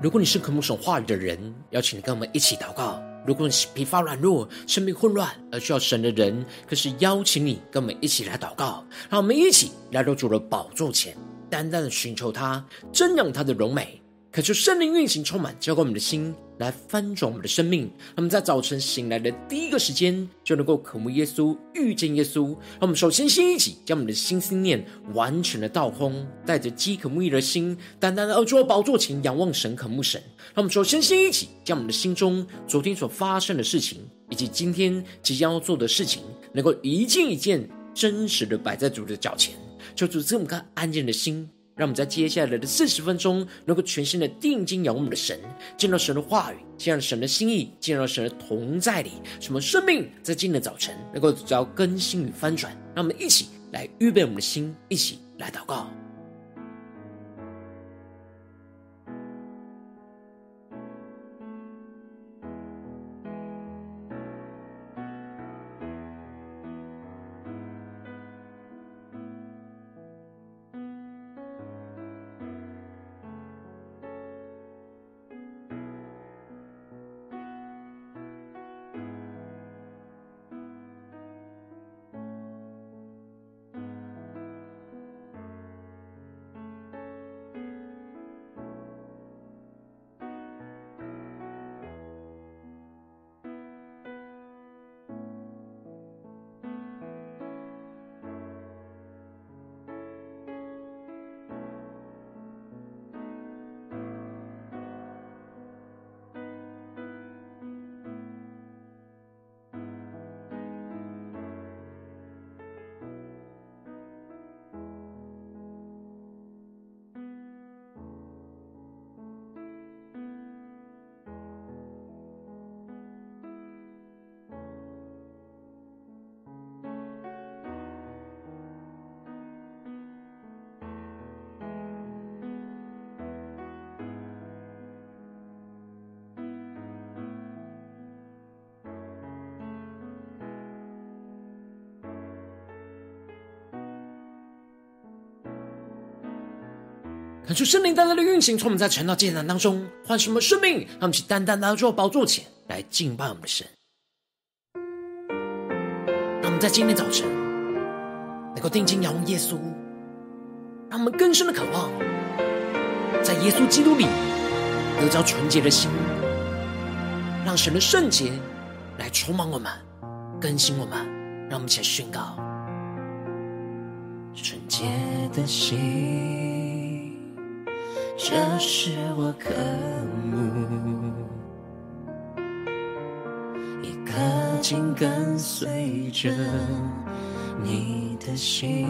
如果你是渴慕神话语的人，邀请你跟我们一起祷告。如果你是疲乏软弱、生命混乱而需要神的人，更是邀请你跟我们一起来祷告。让我们一起来到主的宝座前，单单的寻求他，瞻仰他的荣美，恳求圣灵运行充满，浇灌我们的心，来翻转我们的生命。让我们在早晨醒来的第一个时间，就能够渴慕耶稣，遇见耶稣。让我们首先先一起将我们的心思念完全的倒空，带着饥渴慕义的心，单单的坐宝座前仰望神，渴慕神。让我们首先先一起将我们的心中昨天所发生的事情，以及今天即将要做的事情，能够一件一件真实的摆在主的脚前，求主赐我们个安静的心，让我们在接下来的40分钟，能够全心的定睛仰望我们的神，见到神的话语，见到神的心意，见到神的同在里，什么生命在今天的早晨能够得到更新与翻转。让我们一起来预备我们的心，一起来祷告。恳求圣灵单单的运行，从我们在晨祷艰难当中唤醒我们生命，让我们一起单单来到宝座前来敬拜我们的神。让我们在今天早晨能够定睛仰望耶稣，让我们更深的渴望在耶稣基督里得着纯洁的心，让神的圣洁来充满我们，更新我们。让我们一起来宣告：纯洁的心，这是我渴慕，一颗心跟随着你的心，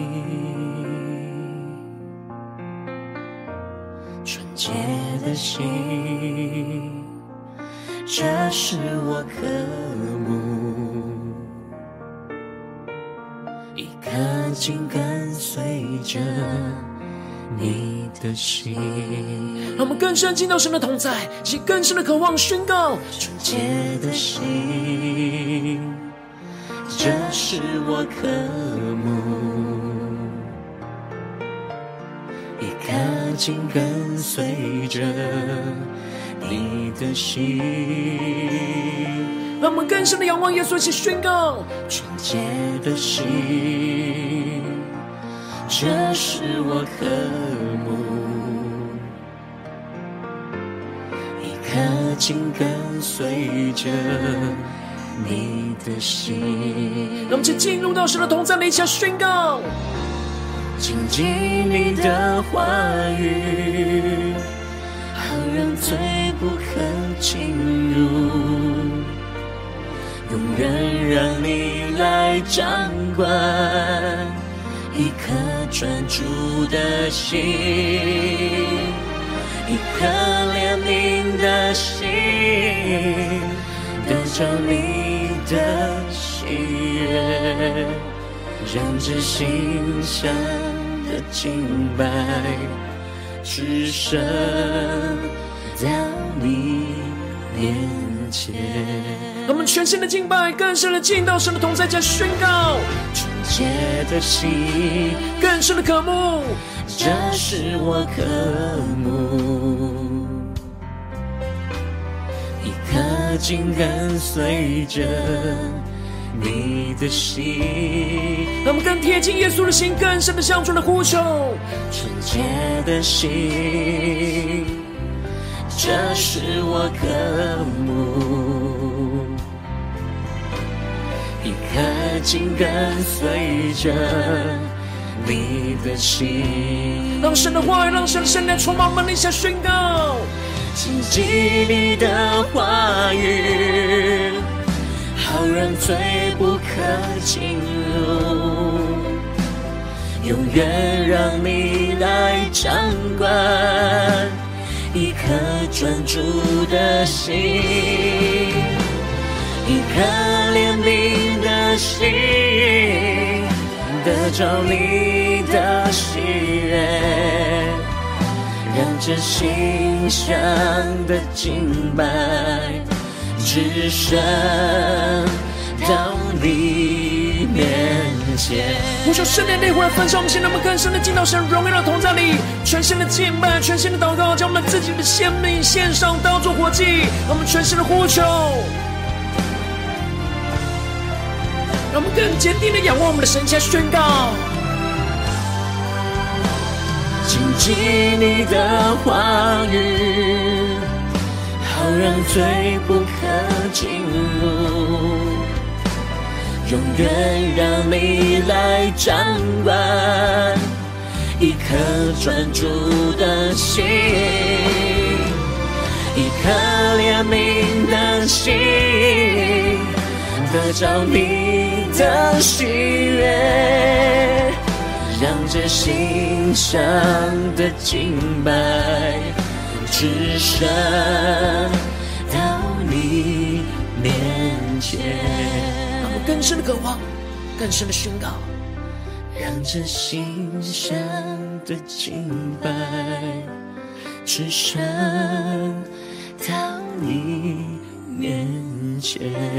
纯洁的心，这是我渴慕，一颗心跟随着你的心。让我们更深进到神的同在，是更深的渴望宣告：纯洁的心，这是我渴慕，一颗心跟随着你的心。让我们更深的仰望耶稣，一起宣告：纯洁的心，这是我渴慕，一颗心跟随着你的心。让我们一起进入到神的同在里，一起宣告：谨记你的话语，好让罪不可进入，永远让你来掌管一颗专注的心，一颗怜悯的心，得着你的喜悦，让这心香的敬拜只剩到你面前。让我们全新的敬拜，更深的进到神的同在，加宣告：纯洁的心，更深的渴慕，这是我渴慕， 紧跟随着你的心。 让我们更贴近耶稣的心，更深的向主的呼求。 纯洁的心，这是我渴慕，一颗紧跟随着你的心。 让神的话语，让神的圣灵充满我们的下宣告。 谨记你的话语，好让罪不可进入，永远让你来掌管，一颗专注的心，一颗怜悯的心，得着你的喜悦，让这心上的敬拜只剩到你面前。 呼求圣灵内火来焚烧我们心，让我们更深的进到神荣耀的同在里，全新的敬拜，全新的祷告，将我们自己的生命献上，当作活祭。让我们全新的呼求，让我们更坚定的仰望我们的神，下宣告。 谨记你的话语，好让罪不可进入，永远让你来掌管，一颗专注的心，一颗怜悯的心，得着你的喜悦，让这心上的敬拜只剩到你面前。 让我们更深的渴望，更深的宣告， 让这心上的敬拜只剩到你面前。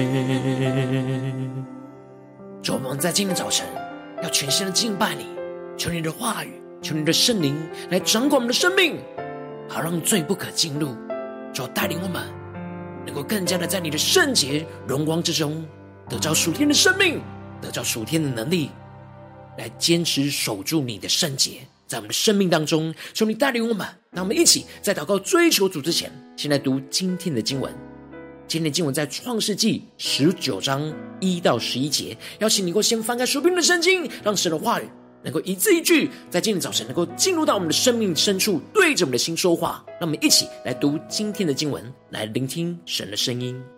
主，我们在今天早晨要全心的敬拜你，求你的话语，求你的圣灵来掌管我们的生命，好让罪不可进入。主，带领我们能够更加的在你的圣洁荣光之中得着属天的生命，得着属天的能力，来坚持守住你的圣洁在我们的生命当中。求你带领我们，让我们一起在祷告追求主之前，先来读今天的经文。今天的经文在创世纪19章1到11节，邀请你能够先翻开手边的圣经，让神的话语能够一字一句在今天早晨能够进入到我们的生命深处，对着我们的心说话。让我们一起来读今天的经文，来聆听神的声音。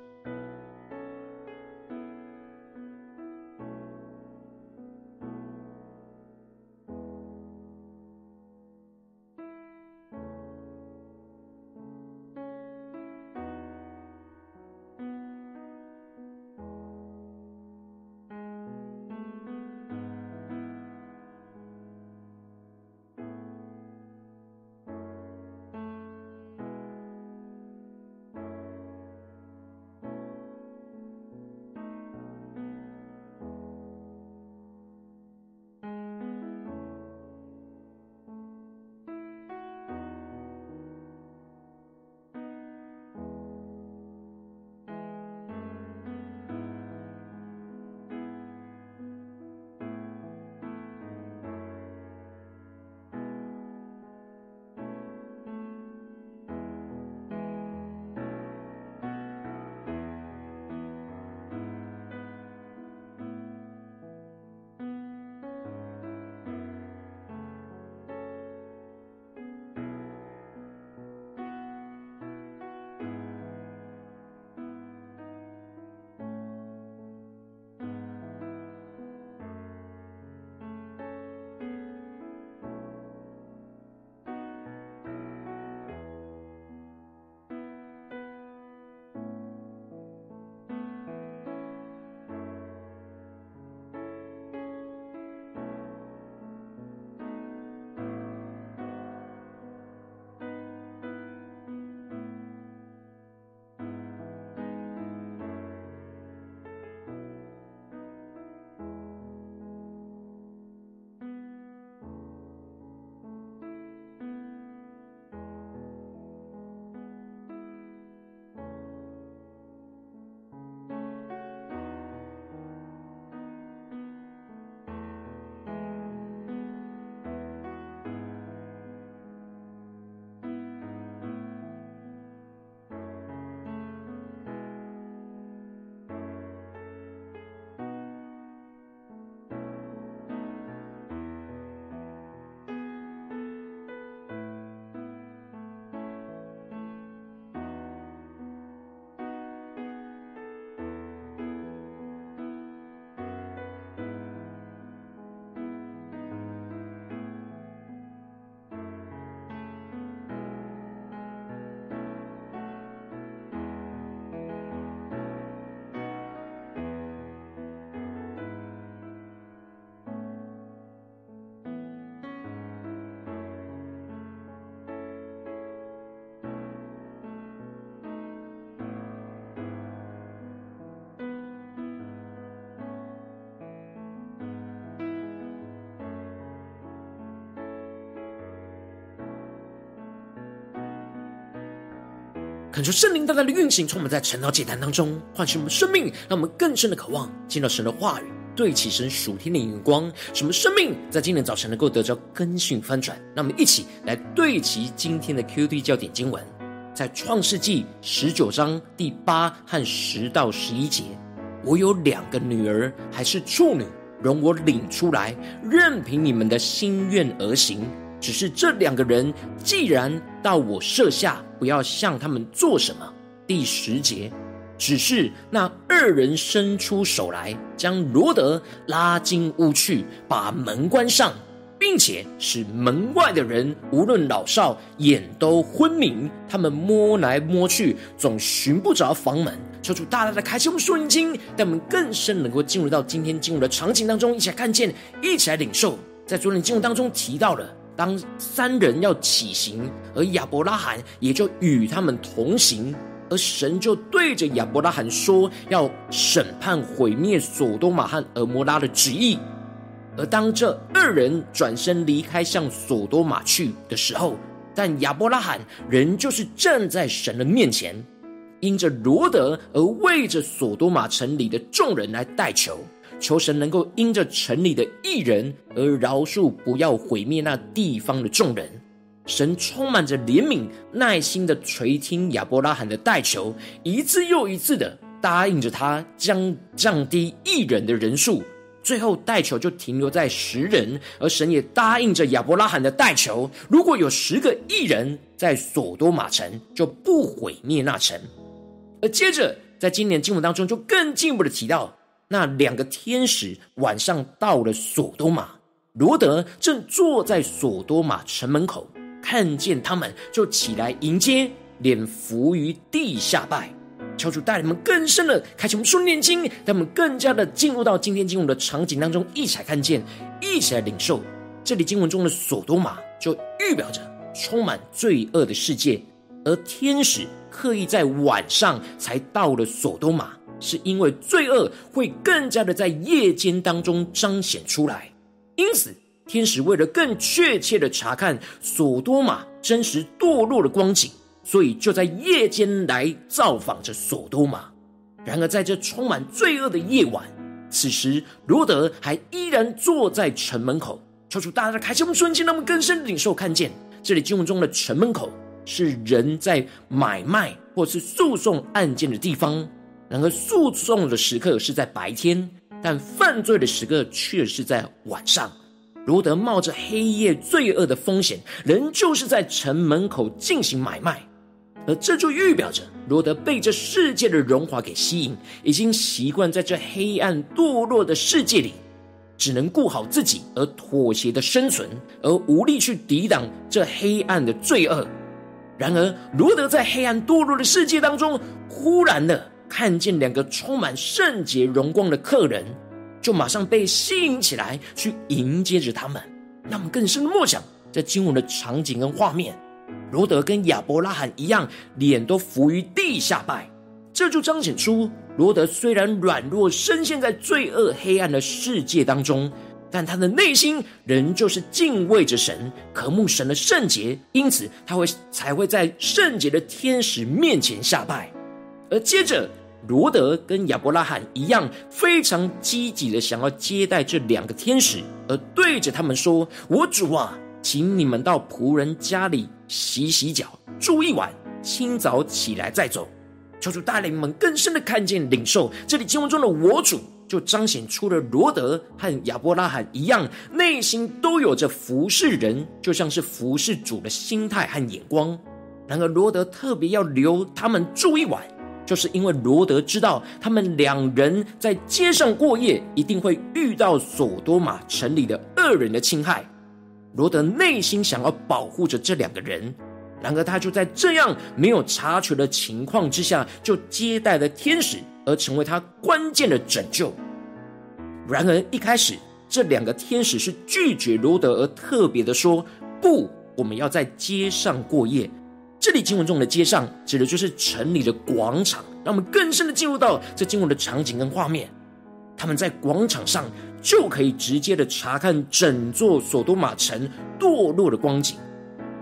恳求圣灵大大的运行，充满在晨祷祭坛当中，唤醒我们生命，让我们更深的渴望见到神的话语，对齐神属天的眼光，使我们生命在今天早晨能够得着更新翻转。让我们一起来对齐今天的 QD 焦点经文，在创世纪19章第8和10到11节。我有2个女儿，还是处女，容我领出来，任凭你们的心愿而行。只是这2个人既然到我舍下，不要向他们做什么。第10节，只是那2人伸出手来，将罗得拉进屋去，把门关上，并且使门外的人无论老少眼都昏迷。他们摸来摸去，总寻不着房门。求主大大的开启我们属灵经，让我们更深能够进入到今天进入的场景当中，一起来看见，一起来领受。在昨天经文当中提到了，当3人要起行，而亚伯拉罕也就与他们同行，而神就对着亚伯拉罕说，要审判毁灭所多玛和蛾摩拉的旨意。而当这2人转身离开向所多玛去的时候，但亚伯拉罕仍旧是站在神的面前，因着罗得而为着所多玛城里的众人来代求，求神能够因着城里的义人而饶恕，不要毁灭那地方的众人。神充满着怜悯，耐心的垂听亚伯拉罕的代求，一次又一次的答应着他，将降低义人的人数。最后代求就停留在10人，而神也答应着亚伯拉罕的代求，如果有10个义人在所多玛城，就不毁灭那城。而接着在今年经文当中就更进一步的提到，那2个天使晚上到了所多玛，罗得正坐在所多玛城门口，看见他们就起来迎接，脸伏于地下拜。求主带领我们更深的开启我们属灵眼睛，让我们更加的进入到今天经文的场景当中，一起来看见，一起来领受。这里经文中的所多玛就预表着充满罪恶的世界，而天使刻意在晚上才到了所多玛，是因为罪恶会更加的在夜间当中彰显出来。因此天使为了更确切的查看所多玛真实堕落的光景，所以就在夜间来造访着所多玛。然而在这充满罪恶的夜晚，此时罗得还依然坐在城门口。求主大大开启我们瞬间，让我们更深领受看见，这里经文中的城门口是人在买卖或是诉讼案件的地方。然而诉讼的时刻是在白天，但犯罪的时刻却是在晚上。罗得冒着黑夜罪恶的风险，仍旧是在城门口进行买卖。而这就预表着罗得被这世界的荣华给吸引，已经习惯在这黑暗堕落的世界里，只能顾好自己而妥协的生存，而无力去抵挡这黑暗的罪恶。然而罗得在黑暗堕落的世界当中，忽然的看见2个充满圣洁荣光的客人，就马上被吸引起来，去迎接着他们。让我们更深的默想在经文的场景跟画面，罗得跟亚伯拉罕一样，脸都伏于地下拜。这就彰显出罗得虽然软弱，深陷在罪恶黑暗的世界当中，但他的内心仍旧是敬畏着神，渴慕神的圣洁，因此他才会在圣洁的天使面前下拜。而接着罗得跟亚伯拉罕一样，非常积极的想要接待这2个天使，而对着他们说，我主啊，请你们到仆人家里洗洗脚，住一晚，清早起来再走。求主带领们更深的看见领受，这里经文中的我主就彰显出了罗得和亚伯拉罕一样，内心都有着服侍人，就像是服侍主的心态和眼光。然而罗得特别要留他们住一晚，就是因为罗得知道他们2人在街上过夜，一定会遇到所多玛城里的恶人的侵害。罗得内心想要保护着这2个人，然而他就在这样没有察觉的情况之下，就接待了天使，而成为他关键的拯救。然而一开始这2个天使是拒绝罗得，而特别的说，不，我们要在街上过夜。这里经文中的街上指的就是城里的广场，让我们更深的进入到这经文的场景跟画面。他们在广场上就可以直接的查看整座所多玛城堕落的光景。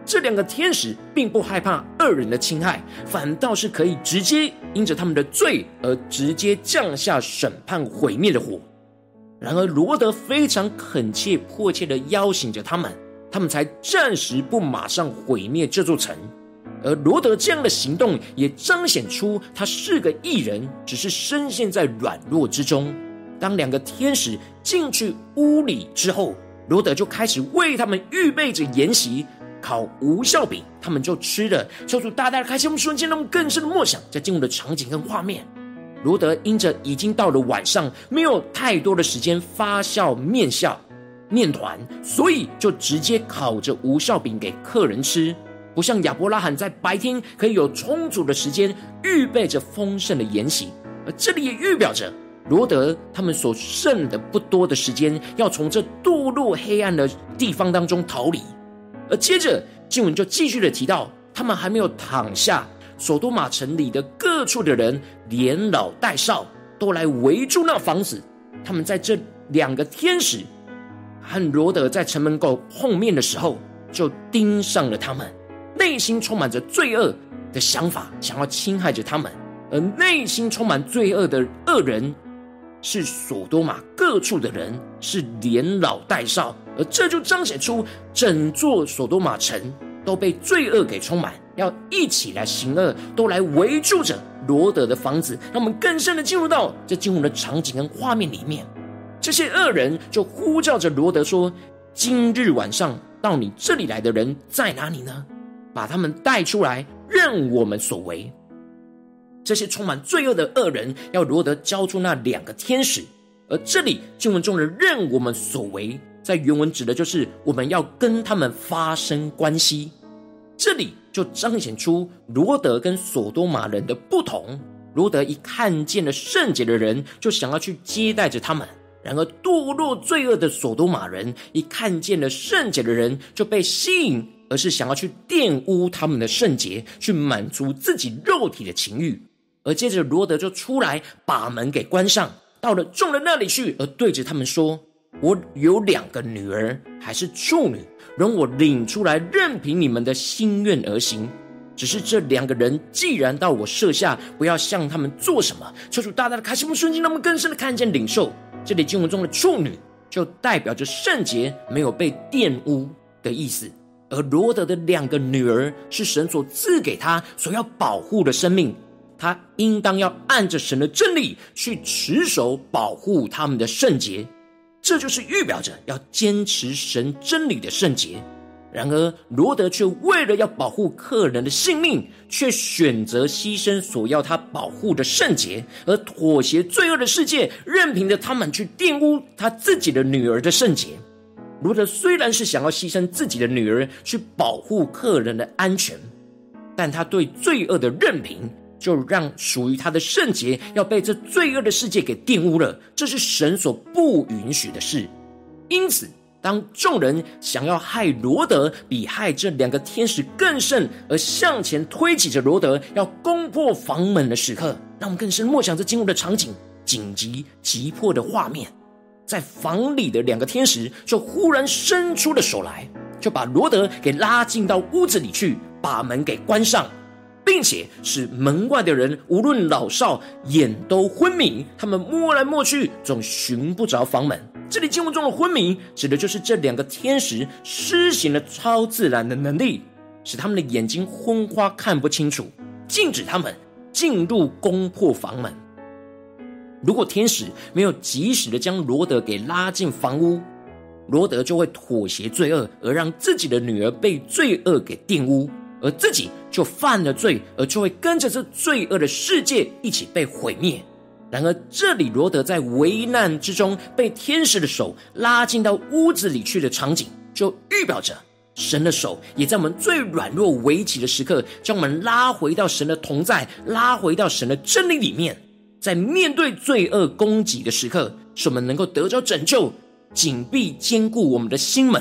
这两个天使并不害怕恶人的侵害，反倒是可以直接因着他们的罪而直接降下审判毁灭的火。然而罗德非常恳切迫切地邀请着他们才暂时不马上毁灭这座城。而罗德这样的行动也彰显出他是个义人，只是深陷在软弱之中。当两个天使进去屋里之后，罗德就开始为他们预备着筵席，烤无酵饼，他们就吃了。求主大大的开启我们瞬间，让我们更深的默想在进入的场景跟画面。罗德因着已经到了晚上，没有太多的时间发酵面团，所以就直接烤着无酵饼给客人吃，不像亚伯拉罕在白天可以有充足的时间预备着丰盛的筵席。而这里也预表着罗德他们所剩的不多的时间，要从这堕落黑暗的地方当中逃离。而接着经文就继续的提到，他们还没有躺下，所多玛城里的各处的人连老带少都来围住那房子。他们在这两个天使和罗德在城门口碰面的时候，就盯上了他们，内心充满着罪恶的想法，想要侵害着他们。而内心充满罪恶的恶人是所多玛各处的人，是连老带少。而这就彰显出整座所多玛城都被罪恶给充满，要一起来行恶，都来围住着罗德的房子。让我们更深的进入到这经文的场景跟画面里面。这些恶人就呼叫着罗德说，今日晚上到你这里来的人在哪里呢？把他们带出来，任我们所为。这些充满罪恶的恶人要罗德交出那两个天使。而这里经文中的任我们所为，在原文指的就是我们要跟他们发生关系。这里就彰显出罗德跟所多玛人的不同。罗德一看见了圣洁的人，就想要去接待着他们。然而堕落罪恶的所多玛人一看见了圣洁的人，就被吸引，而是想要去玷污他们的圣洁，去满足自己肉体的情欲。而接着罗德就出来把门给关上，到了众人那里去，而对着他们说，我有2个女儿，还是处女，容我领出来，任凭你们的心愿而行。只是这2个人既然到我舍下，不要向他们做什么。求主大大的开启我们瞬间，让我们更深的看见领受。这里经文中的处女就代表着圣洁，没有被玷污的意思。而罗德的2个女儿是神所赐给他所要保护的生命，他应当要按着神的真理去持守保护他们的圣洁。这就是预表着要坚持神真理的圣洁。然而罗德却为了要保护客人的性命，却选择牺牲所要他保护的圣洁，而妥协罪恶的世界，任凭着他们去玷污他自己的女儿的圣洁。罗德虽然是想要牺牲自己的女儿去保护客人的安全，但他对罪恶的任凭，就让属于他的圣洁要被这罪恶的世界给玷污了，这是神所不允许的事。因此当众人想要害罗德比害这2个天使更甚，而向前推挤着罗德要攻破房门的时刻，让我们更深默想这经文的场景，紧急急迫的画面。在房里的2个天使就忽然伸出了手来，就把罗德给拉进到屋子里去，把门给关上，并且使门外的人无论老少眼都昏迷，他们摸来摸去总寻不着房门。这里经文中的昏迷指的就是这2个天使施行了超自然的能力，使他们的眼睛昏花看不清楚，禁止他们进入攻破房门。如果天使没有及时的将罗德给拉进房屋，罗德就会妥协罪恶，而让自己的女儿被罪恶给玷污，而自己就犯了罪，而就会跟着这罪恶的世界一起被毁灭。然而这里罗德在危难之中被天使的手拉进到屋子里去的场景，就预表着神的手也在我们最软弱危急的时刻，将我们拉回到神的同在，拉回到神的真理里面。在面对罪恶攻击的时刻，使我们能够得着拯救，紧闭坚固我们的心门，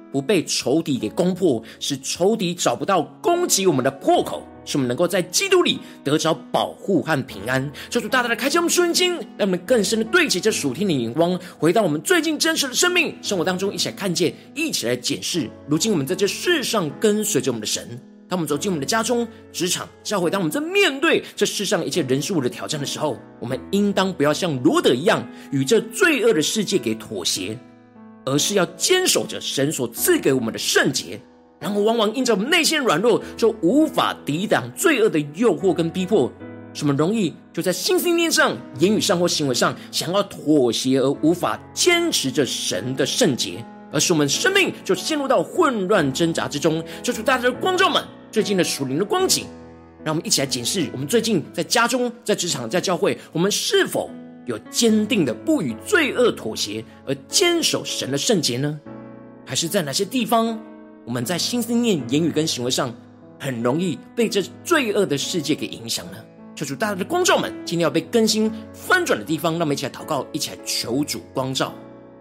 不被仇敌给攻破，使仇敌找不到攻击我们的破口，使我们能够在基督里得着保护和平安。求主大大的开启我们属经，让我们更深的对齐这属天的眼光，回到我们最近真实的生命生活当中，一起来看见，一起来检视。如今我们在这世上跟随着我们的神，当我们走进我们的家中、职场、教会，当我们在面对这世上一切人事物的挑战的时候，我们应当不要像罗得一样与这罪恶的世界给妥协，而是要坚守着神所赐给我们的圣洁。然后往往因着我们内心软弱，就无法抵挡罪恶的诱惑跟逼迫，使我们容易就在心思念上、言语上或行为上想要妥协，而无法坚持着神的圣洁，而使我们生命就陷入到混乱挣扎之中。求主大家的光照们最近的属灵的光景，让我们一起来检视我们最近在家中、在职场、在教会，我们是否有坚定的不与罪恶妥协，而坚守神的圣洁呢？还是在哪些地方我们在心思念、言语跟行为上很容易被这罪恶的世界给影响呢？求主大家的光照们今天要被更新翻转的地方，让我们一起来祷告，一起来求主光照。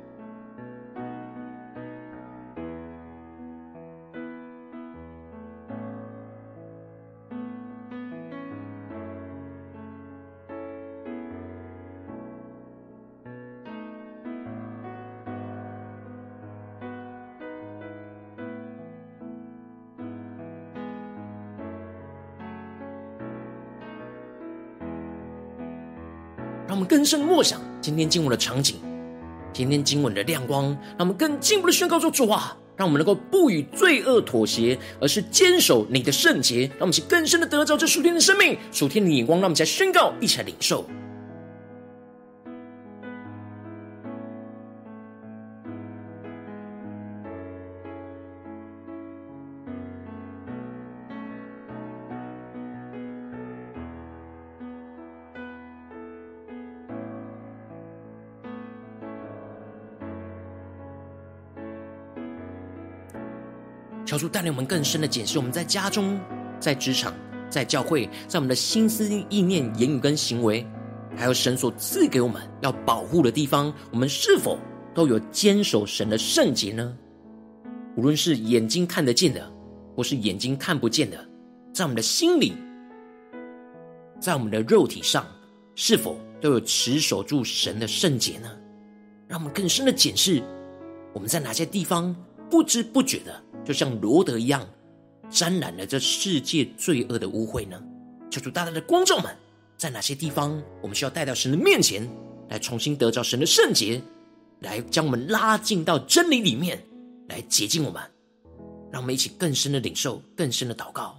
让我们更深默想今天经文的场景，今天经文的亮光，让我们更进一步的宣告说：主啊，让我们能够不与罪恶妥协，而是坚守你的圣洁。让我们一起更深的得着这属天的生命、属天的眼光，让我们一起来宣告，一起来领受。求主带领我们更深的检视我们在家中、在职场、在教会，在我们的心思意念、言语跟行为，还有神所赐给我们要保护的地方，我们是否都有坚守神的圣洁呢？无论是眼睛看得见的，或是眼睛看不见的，在我们的心里，在我们的肉体上，是否都有持守住神的圣洁呢？让我们更深的检视我们在哪些地方不知不觉的就像罗得一样沾染了这世界罪恶的污秽呢？求主大大的光照们，在哪些地方我们需要带到神的面前，来重新得着神的圣洁，来将我们拉进到真理里面，来洁净我们。让我们一起更深的领受，更深的祷告。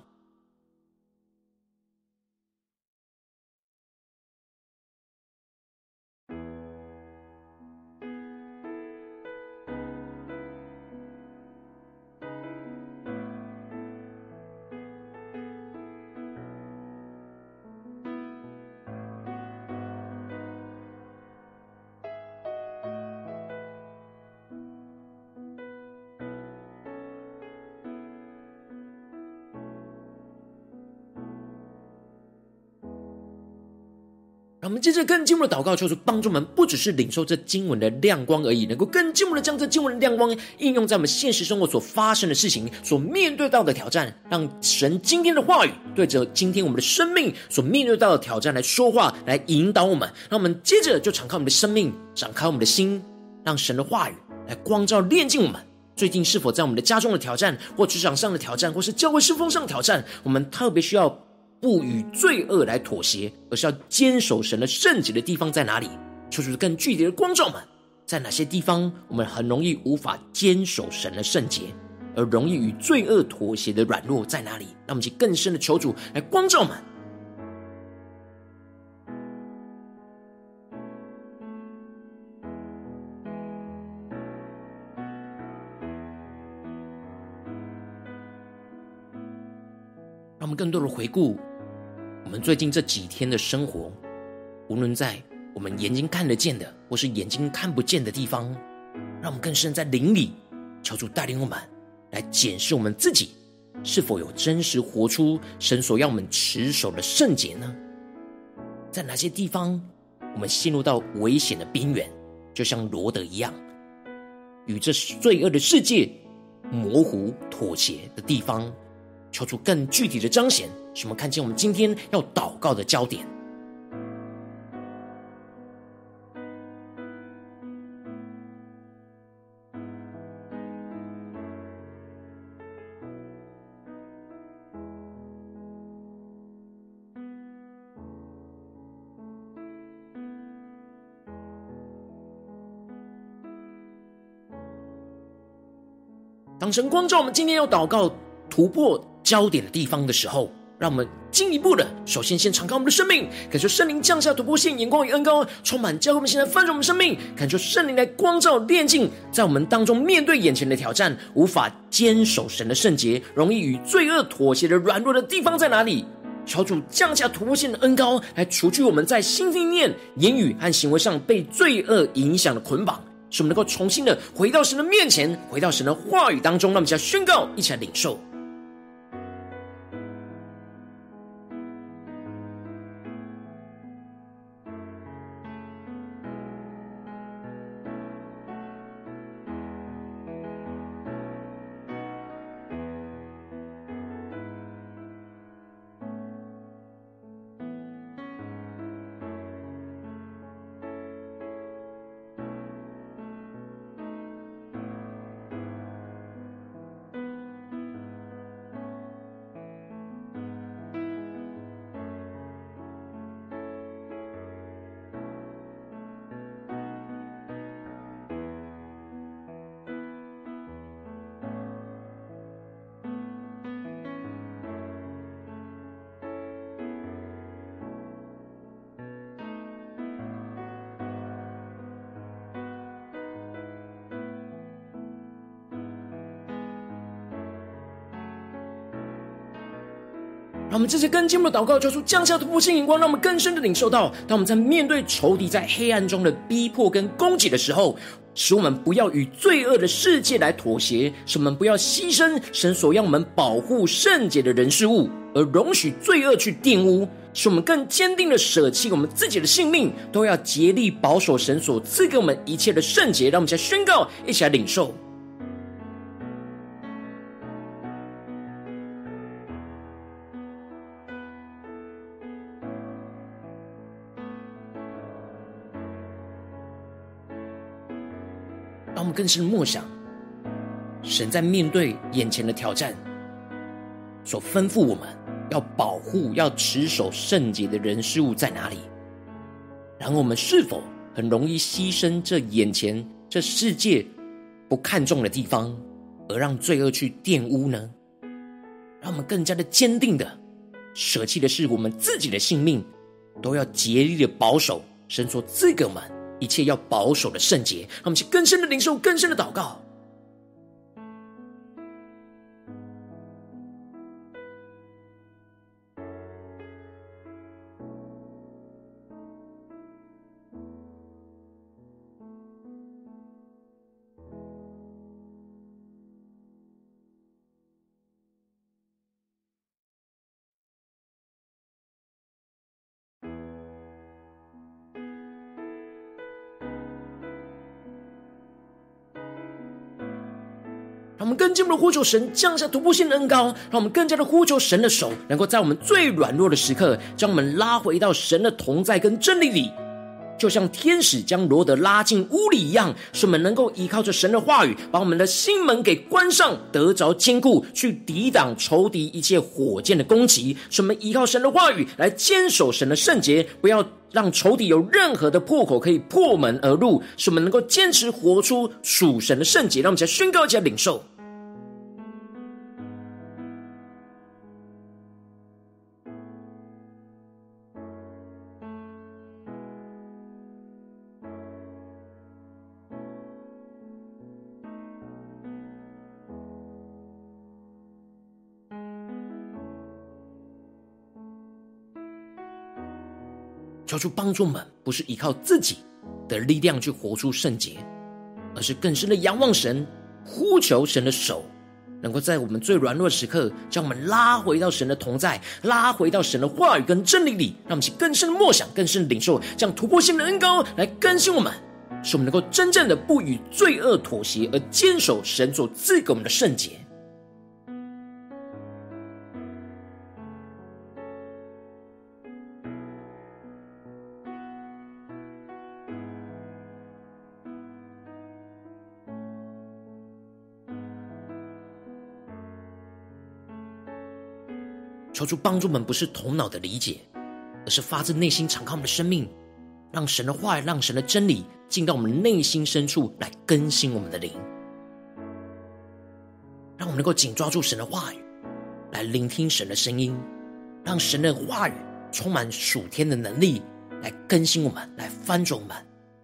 让我们接着更进一步的祷告，求主帮助我们不只是领受这经文的亮光而已，能够更进一步的将这经文的亮光应用在我们现实生活所发生的事情、所面对到的挑战，让神今天的话语对着今天我们的生命所面对到的挑战来说话，来引导我们。让我们接着就敞开我们的生命，展开我们的心，让神的话语来光照炼净我们。最近是否在我们的家中的挑战，或职场上的挑战，或是教会侍奉上的挑战，我们特别需要不与罪恶来妥协，而是要坚守神的圣洁的地方在哪里？求主更具体的光照们，在哪些地方我们很容易无法坚守神的圣洁，而容易与罪恶妥协的软弱在哪里？让我们去更深的求主来光照们。让我们更多的回顾我们最近这几天的生活，无论在我们眼睛看得见的，或是眼睛看不见的地方，让我们更深在灵里求主带领我们来检视我们自己是否有真实活出神所要我们持守的圣洁呢？在哪些地方我们陷入到危险的边缘，就像罗得一样，与这罪恶的世界模糊、妥协的地方，求出更具体的彰显，使我们看见我们今天要祷告的焦点。当神光照我们今天要祷告突破焦点的地方的时候，让我们进一步的首先先敞开我们的生命，感受圣灵降下突破性眼光与恩膏，充满教会我们现在翻转我们生命，感受圣灵来光照炼净，在我们当中面对眼前的挑战，无法坚守神的圣洁，容易与罪恶妥协的软弱的地方在哪里？求主降下突破性的恩膏，来除去我们在心意念、言语和行为上被罪恶影响的捆绑，使我们能够重新的回到神的面前，回到神的话语当中。让我们一起来宣告，一起来领受。让我们这些更进一步的祷告，求主降下突破性眼光，让我们更深的领受到，当我们在面对仇敌在黑暗中的逼迫跟攻击的时候，使我们不要与罪恶的世界来妥协，使我们不要牺牲神所让我们保护圣洁的人事物，而容许罪恶去玷污，使我们更坚定的舍弃我们自己的性命，都要竭力保守神所赐给我们一切的圣洁。让我们一起来宣告，一起来领受。让我们更深默想，神在面对眼前的挑战所吩咐我们要保护、要持守圣洁的人事物在哪里？然后我们是否很容易牺牲这眼前这世界不看重的地方，而让罪恶去玷污呢？让我们更加的坚定的舍弃的是我们自己的性命，都要竭力的保守神所赐给我们一切要保守的圣洁。让我们去更深的领受，更深的祷告。让我们更进一步的呼求神降下突破性的恩膏，让我们更加的呼求神的手能够在我们最软弱的时刻将我们拉回到神的同在跟真理里，就像天使将罗得拉进屋里一样，使我们能够依靠着神的话语，把我们的心门给关上，得着坚固，去抵挡仇敌一切火箭的攻击。使我们依靠神的话语来坚守神的圣洁，不要让仇敌有任何的破口可以破门而入，使我们能够坚持活出属神的圣洁。让我们一起来宣告，一起来领受。求主帮助我们，不是依靠自己的力量去活出圣洁，而是更深的仰望神，呼求神的手能够在我们最软弱的时刻将我们拉回到神的同在，拉回到神的话语跟真理里。让我们去更深的默想，更深的领受这样突破性的恩膏来更新我们， 使我们能够真正的不与罪恶妥协，而坚守神所赐给我们的圣洁。求主帮助我们，不是头脑的理解，而是发自内心敞开我们的生命，让神的话语，让神的真理进到我们内心深处，来更新我们的灵，让我们能够紧抓住神的话语，来聆听神的声音，让神的话语充满属天的能力，来更新我们，来翻转我们。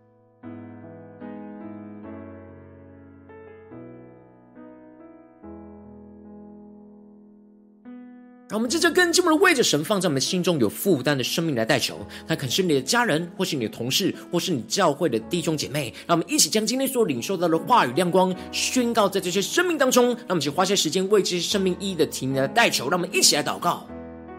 让我们接着更进一步的为着神放在我们心中有负担的生命来代求，他可能是你的家人，或是你的同事，或是你教会的弟兄姐妹。让我们一起将今天所领受到的话语亮光宣告在这些生命当中。让我们一起花些时间为这些生命一一的提名来代求。让我们一起来祷告。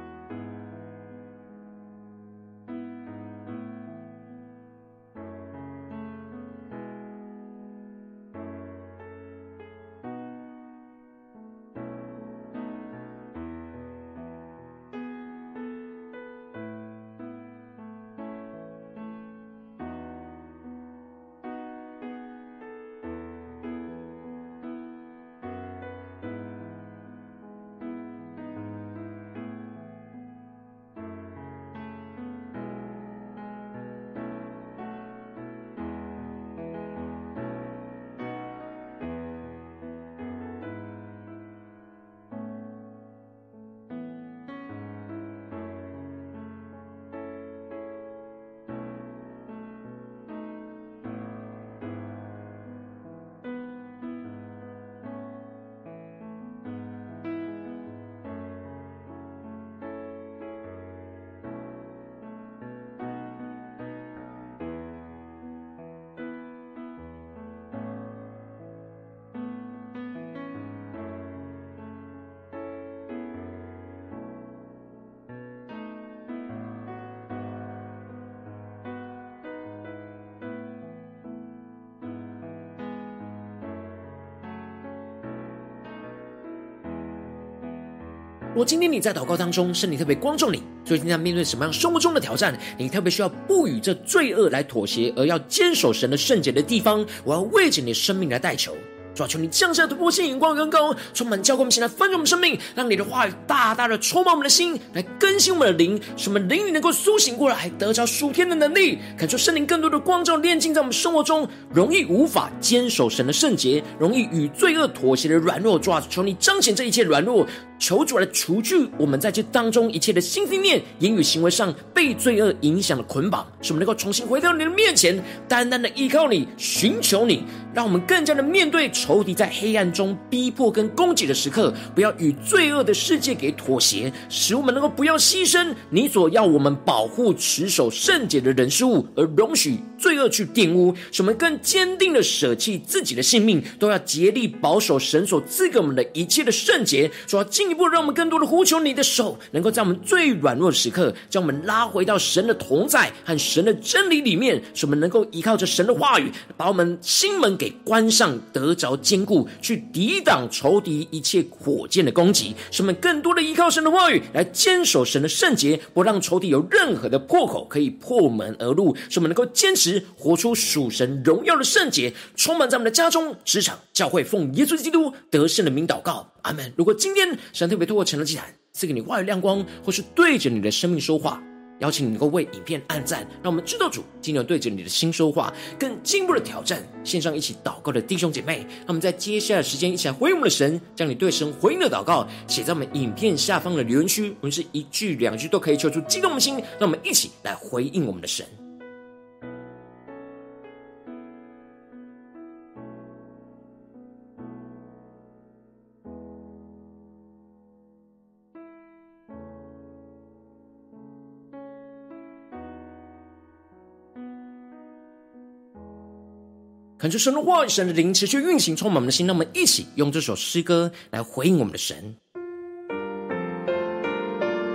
如果今天你在祷告当中，圣灵特别光照你，最近在面对什么样生活中的挑战，你特别需要不与这罪恶来妥协，而要坚守神的圣洁的地方，我要为着你的生命来代求。主啊，求你降下突破性眼光跟高，充满教灌我们，现在翻转我们生命，让你的话语大大的充满我们的心，来更新我们的灵，使我们灵里能够苏醒过来，得着属天的能力，感受圣灵更多的光照炼净在我们生活中容易无法坚守神的圣洁，容易与罪恶妥协的软弱。主啊，求你彰显这一切软弱，求主来除去我们在这当中一切的心思念、言语行为上被罪恶影响的捆绑，使我们能够重新回到你的面前，单单的依靠你，寻求你，让我们更加的面对仇敌在黑暗中逼迫跟攻击的时刻，不要与罪恶的世界给妥协，使我们能够不要牺牲你所要我们保护持守圣洁的人事物，而容许罪恶去玷污，使我们更坚定的舍弃自己的性命，都要竭力保守神所赐给我们的一切的圣洁。主要进一步让我们更多的呼求你的手，能够在我们最软弱的时刻，将我们拉回到神的同在和神的真理里面，使我们能够依靠着神的话语，把我们心门给关上，得着坚固，去抵挡仇敌一切火箭的攻击，使我们更多的依靠神的话语来坚守神的圣洁，不让仇敌有任何的破口可以破门而入，使我们能够坚持活出属神荣耀的圣洁，充满在我们的家中、职场、教会，奉耶稣基督得胜的名祷告，阿们。如果今天神特别透过晨祷祭坛赐给你话语亮光，或是对着你的生命说话，邀请你能够为影片按赞，让我们知道主今天对着你的心说话，更进一步的挑战线上一起祷告的弟兄姐妹，让我们在接下来的时间一起来回应我们的神，将你对神回应的祷告写在我们影片下方的留言区，无论是一句两句都可以，求出激动的心，让我们一起来回应我们的神。恳求神的话语、神的灵持续运行充满我们的心，让我们一起用这首诗歌来回应我们的神，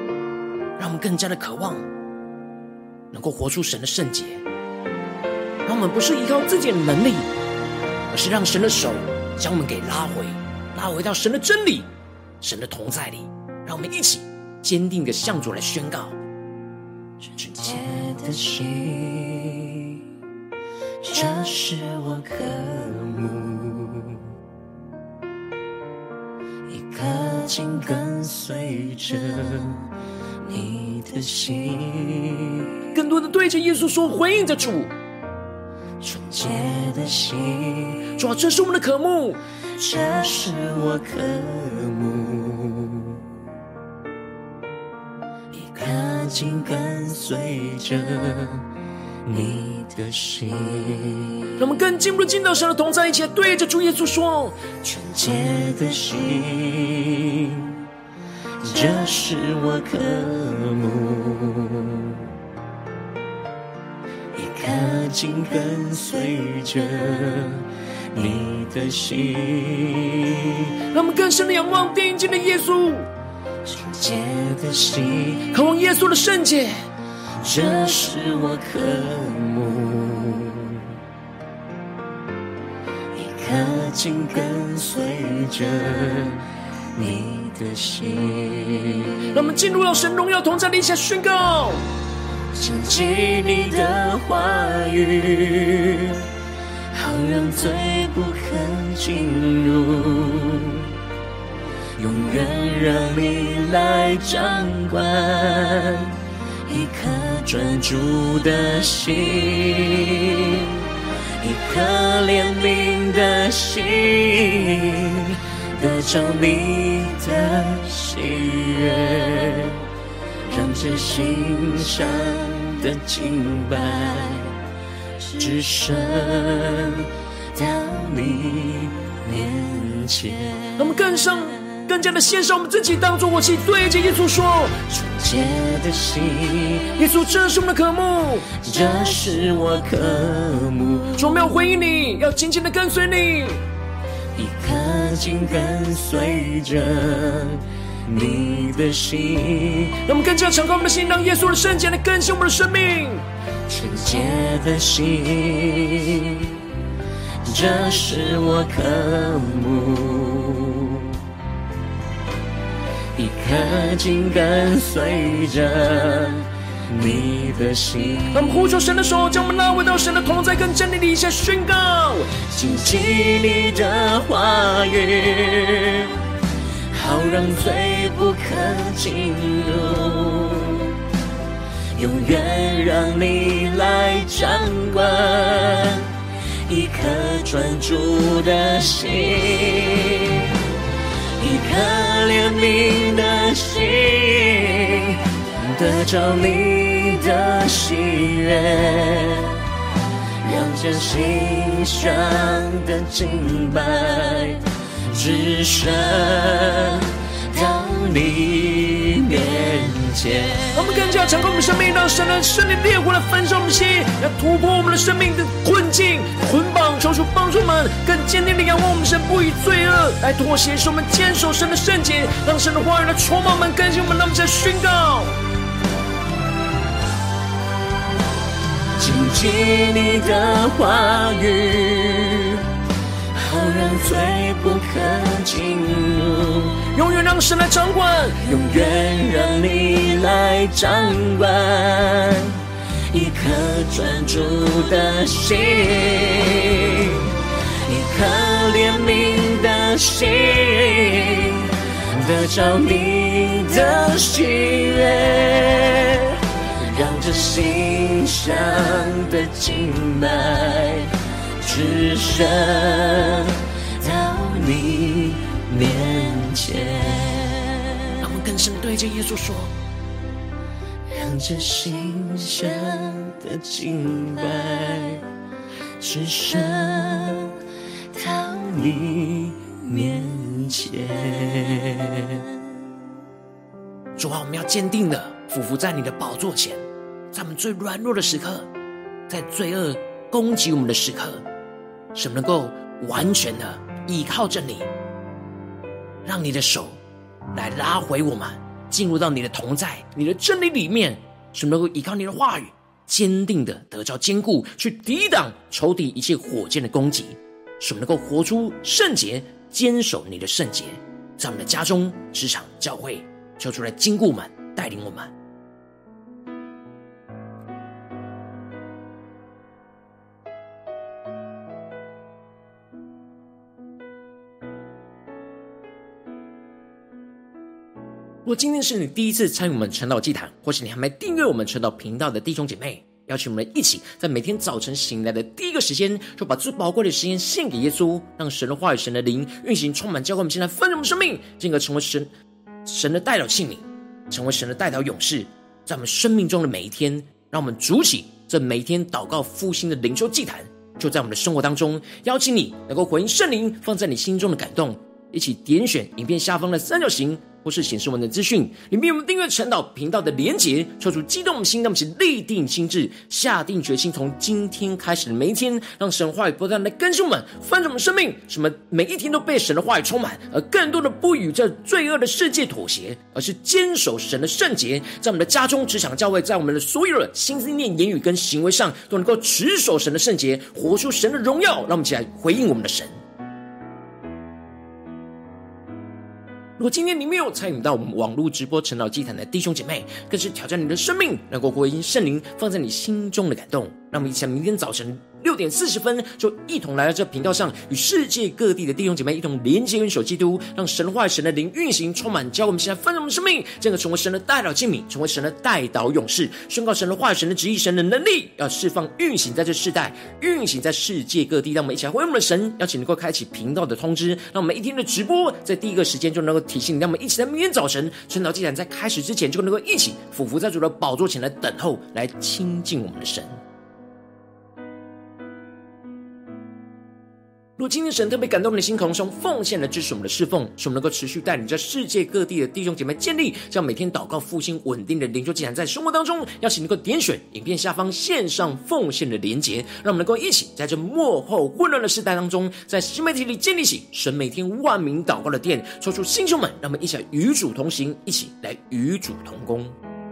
让我们更加的渴望能够活出神的圣洁，让让我们不是依靠自己的能力，而是让神的手将我们给拉回到神的真理、神的同在里。让我们一起坚定的向主来宣告： 纯洁的心，这是我渴慕，一颗心跟随着你的心。 更多的对着耶稣说，回应着主， 纯洁的心， 主啊，这是我们的渴慕， 这是我渴慕，一颗心跟随着你的心。 让我们更进一步的进到神的同在，一起来对着主耶稣说： 纯洁的心，这是我渴慕，一颗心跟随着你的心。 让我们更深的仰望定睛的耶稣， 纯洁的心， 渴望耶稣的圣洁， 这是我渴慕，一颗心跟随着你的心。 让我们进入到神荣耀同在的一下宣告， 谨记你的话语，好让罪不可进入，永远让你来掌管，一颗专注的心，一颗怜悯的心，得着你的喜悦，让这心上的敬拜只剩到你面前。 让我们更加的献上我们自己当作活祭，对着耶稣说： 纯洁的心， 耶稣，这是我们的渴慕， 这是我渴慕。 主，我们要回应你，要紧紧的跟随你， 一颗心跟随着你的心。 让我们更加敞开我们的心，让耶稣的圣洁来更新我们的生命。 纯洁的心，这是我渴慕，一颗心跟随着你的心。 让我们呼求神的手，将我们拉回到神的同在跟真理里，一下宣告： 谨记你的话语，好让罪不可进入，永远让你来掌管，一颗专注的心，一颗怜悯的心，得着你的喜悦，让这心上的敬拜只剩到你面前。 让我们更加敞开我们的生命，让神的圣灵烈火来焚烧我们的心，来突破我们的生命的困境捆绑，求主帮助我们更坚定的仰望我们神，不以罪恶来妥协，使我们坚守神的圣洁，让神的话语来充满我们，更新我们。让我们再宣告： 谨记你的话语，好让罪不可进入， 永远让神来掌管， 永远让你来掌管，一颗专注的心，一颗怜悯的心，得着你的喜悦，让这心上的敬拜只剩到你面前。 让我们更深对着耶稣说： 让这心上的敬拜只剩到你面前。 主啊，我们要坚定的俯伏在你的宝座前，在我们最软弱的时刻，在罪恶攻击我们的时刻，使我们能够完全的依靠着你，让你的手来拉回我们，进入到你的同在、你的真理里面，使我们能够依靠你的话语， 坚定的得着坚固，去抵挡仇敌一切火箭的攻击，使我们能够活出圣洁，坚守你的圣洁，在我们的家中、职场、教会，求主来坚固我们，带领我们。如果今天是你第一次参与我们晨祷祭坛，或是你还没订阅我们晨祷频道的弟兄姐妹，邀请我们一起在每天早晨醒来的第一个时间，就把最宝贵的时间献给耶稣，让神的话语、神的灵运行充满，浇灌我们现在丰盛的生命，进而成为神的代祷器皿，成为神的代祷勇士，在我们生命中的每一天，让我们筑起这每一天祷告复兴的灵修祭坛，就在我们的生活当中。邀请你能够回应圣灵放在你心中的感动，一起点选影片下方的三角形，或是显示我们的资讯里面，我们订阅晨祷频道的连结，抽出激动我们心，让我们一起立定心志，下定决心，从今天开始的每一天，让神的话语不断的更新我们，翻转我们生命，使我们每一天都被神的话语充满，而更多的不与这罪恶的世界妥协，而是坚守神的圣洁，在我们的家中、职场、教会，在我们的所有的心思念、言语跟行为上，都能够持守神的圣洁，活出神的荣耀。让我们一起来回应我们的神。如果今天你没有参与到我们网络直播晨祷祭坛的弟兄姐妹，更是挑战你的生命，能够回应圣灵放在你心中的感动。让我们一起来明天早晨6:40就一同来到这频道上，与世界各地的弟兄姐妹一同连接、元首基督，让神的话语、神的灵运行充满，教我们现在丰盛我们的生命，这个成为神的代祷器皿，成为神的代祷勇士，宣告神的话语、神的旨意、神的能力，要释放运行在这世代，运行在世界各地。让我们一起来回应我们的神，邀请能够开启频道的通知，让我们一天的直播在第一个时间就能够提醒你，让我们一起在明天早晨晨祷祭坛在开始之前，就能够一起俯伏在主的宝座前来等候，来亲近我们的神。如果今天神特别感动你的心，从奉献来支持我们的侍奉，使我们能够持续带领在世界各地的弟兄姐妹建立这样每天祷告复兴稳定的灵修祭坛，在生活当中，邀请能够点选影片下方线上奉献的连结，让我们能够一起在这末后混乱的时代当中，在新媒体里建立起神每天万名祷告的殿，抽出弟兄们，让我们一起来与主同行，一起来与主同工。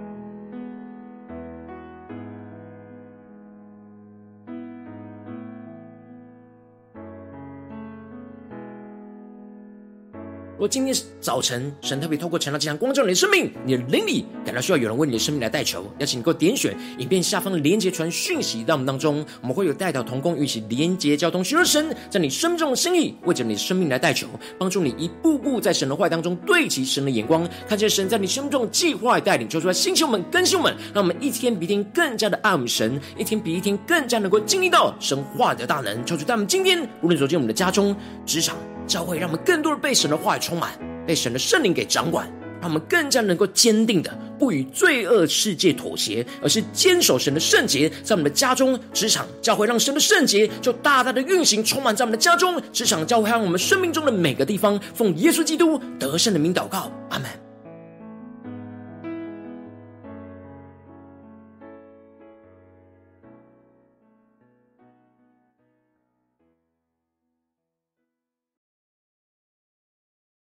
如果今天早晨神特别透过晨祷祭坛光照你的生命，你的灵里感到需要有人为你的生命来代求，邀请你能够点选影片下方的连结传讯息到我们当中，我们会有代祷同工一起连结交通，寻求神在你生命中的心意，为着你的生命来代求，帮助你一步步在神的话语当中对齐神的眼光，看见神在你生命中的计划与带领，求出来兴起我们、更新我们，让我们一天比一天更加的爱我们神，一天比一天更加能够经历到神话语的大能。求主在我们今天无论走进我们的家中、职场、教会，让我们更多的被神的话语充满，被神的圣灵给掌管，让我们更加能够坚定的不与罪恶世界妥协，而是坚守神的圣洁，在我们的家中、职场、教会，让神的圣洁就大大的运行充满在我们的家中、职场、教会和我们生命中的每个地方。奉耶稣基督得胜的名祷告，阿们。